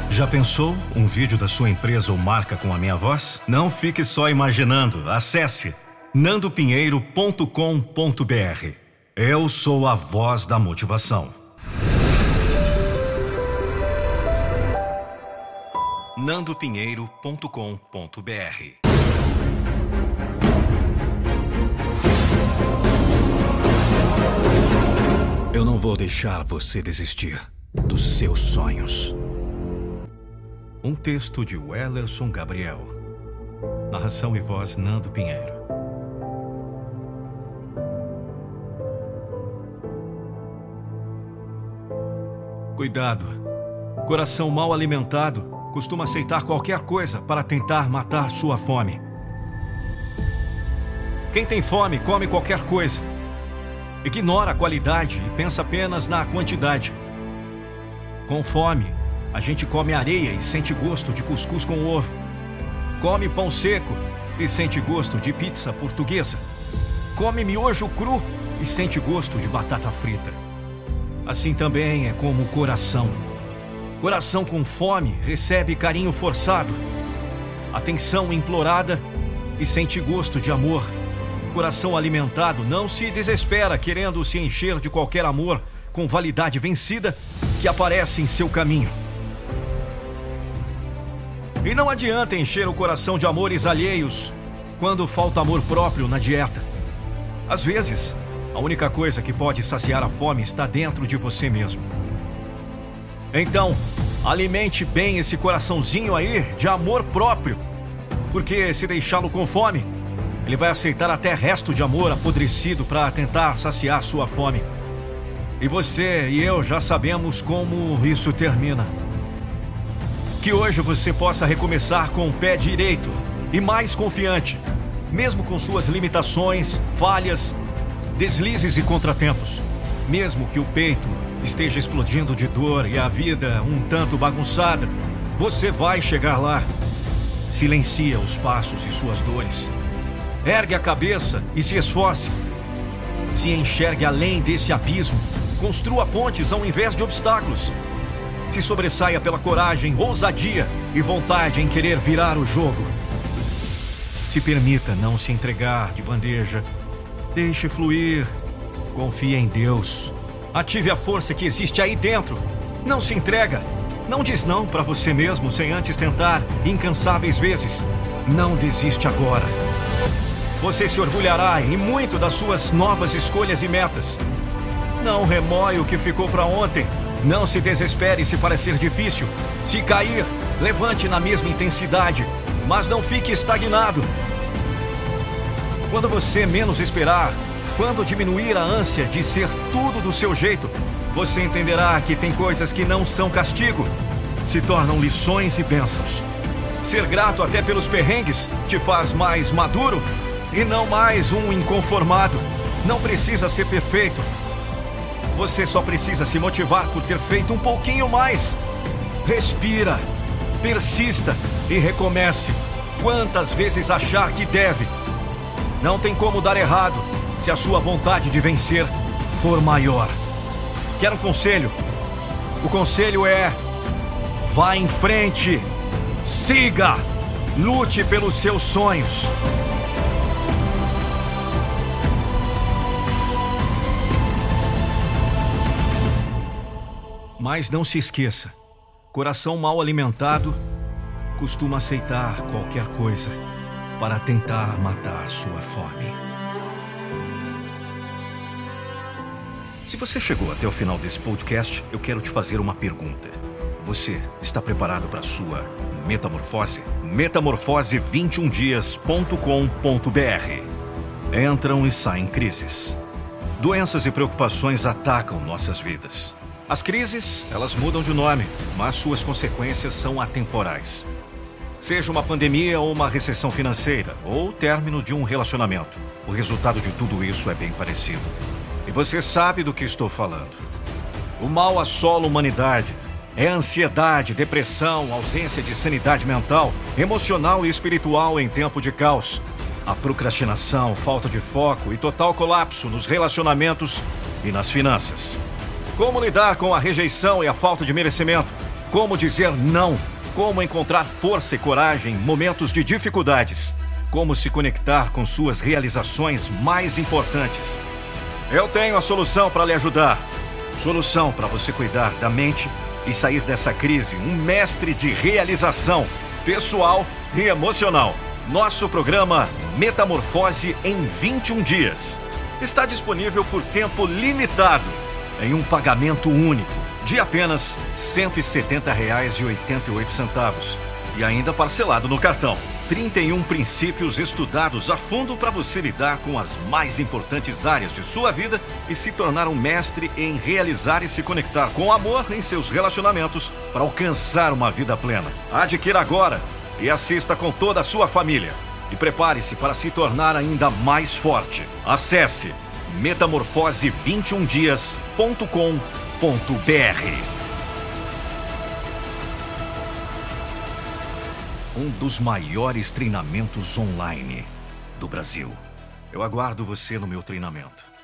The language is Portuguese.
Já pensou um vídeo da sua empresa ou marca com a minha voz? Não fique só imaginando. Acesse nandopinheiro.com.br. Eu sou a voz da motivação. nandopinheiro.com.br. Eu não vou deixar você desistir dos seus sonhos. Um texto de Wellerson Gabriel. Narração e voz Nando Pinheiro. Cuidado. Coração mal alimentado costuma aceitar qualquer coisa para tentar matar sua fome. Quem tem fome come qualquer coisa. Ignora a qualidade e pensa apenas na quantidade. Com fome, a gente come areia e sente gosto de cuscuz com ovo. Come pão seco e sente gosto de pizza portuguesa. Come miojo cru e sente gosto de batata frita. Assim também é como o coração. Coração com fome recebe carinho forçado, atenção implorada e sente gosto de amor. Coração alimentado não se desespera querendo se encher de qualquer amor com validade vencida que aparece em seu caminho. E não adianta encher o coração de amores alheios quando falta amor próprio na dieta. Às vezes, a única coisa que pode saciar a fome está dentro de você mesmo. Então, alimente bem esse coraçãozinho aí de amor próprio, porque se deixá-lo com fome, ele vai aceitar até resto de amor apodrecido para tentar saciar sua fome. E você e eu já sabemos como isso termina. Que hoje você possa recomeçar com o pé direito e mais confiante, mesmo com suas limitações, falhas, deslizes e contratempos. Mesmo que o peito esteja explodindo de dor e a vida um tanto bagunçada, você vai chegar lá. Silencia os passos e suas dores. Ergue a cabeça e se esforce. Se enxergue além desse abismo. Construa pontes ao invés de obstáculos. Se sobressaia pela coragem, ousadia e vontade em querer virar o jogo. Se permita não se entregar de bandeja. Deixe fluir. Confie em Deus. Ative a força que existe aí dentro. Não se entrega. Não diz não para você mesmo sem antes tentar incansáveis vezes. Não desiste agora. Você se orgulhará e muito das suas novas escolhas e metas. Não remoia o que ficou para ontem. Não se desespere se parecer difícil. Se cair, levante na mesma intensidade, mas não fique estagnado. Quando você menos esperar, quando diminuir a ânsia de ser tudo do seu jeito, você entenderá que tem coisas que não são castigo, se tornam lições e bênçãos. Ser grato até pelos perrengues te faz mais maduro e não mais um inconformado. Não precisa ser perfeito. Você só precisa se motivar por ter feito um pouquinho mais. Respira, persista e recomece quantas vezes achar que deve. Não tem como dar errado se a sua vontade de vencer for maior. Quer um conselho? O conselho é: vá em frente, siga, lute pelos seus sonhos. Mas não se esqueça, coração mal alimentado costuma aceitar qualquer coisa para tentar matar sua fome. Se você chegou até o final desse podcast, eu quero te fazer uma pergunta. Você está preparado para a sua metamorfose? Metamorfose21dias.com.br. Entram e saem crises. Doenças e preocupações atacam nossas vidas. As crises, elas mudam de nome, mas suas consequências são atemporais. Seja uma pandemia ou uma recessão financeira, ou o término de um relacionamento, o resultado de tudo isso é bem parecido. E você sabe do que estou falando. O mal assola a humanidade. É ansiedade, depressão, ausência de sanidade mental, emocional e espiritual em tempo de caos. A procrastinação, falta de foco e total colapso nos relacionamentos e nas finanças. Como lidar com a rejeição e a falta de merecimento? Como dizer não. Como encontrar força e coragem em momentos de dificuldades. Como se conectar com suas realizações mais importantes. Eu tenho a solução para lhe ajudar. Solução para você cuidar da mente e sair dessa crise um mestre de realização pessoal e emocional. Nosso programa Metamorfose em 21 dias. Está disponível por tempo limitado, em um pagamento único, de apenas R$ 170,88 e ainda parcelado no cartão. 31 princípios estudados a fundo para você lidar com as mais importantes áreas de sua vida e se tornar um mestre em realizar e se conectar com amor em seus relacionamentos para alcançar uma vida plena. Adquira agora e assista com toda a sua família. E prepare-se para se tornar ainda mais forte. Acesse metamorfose21dias.com.br. Um dos maiores treinamentos online do Brasil. Eu aguardo você no meu treinamento.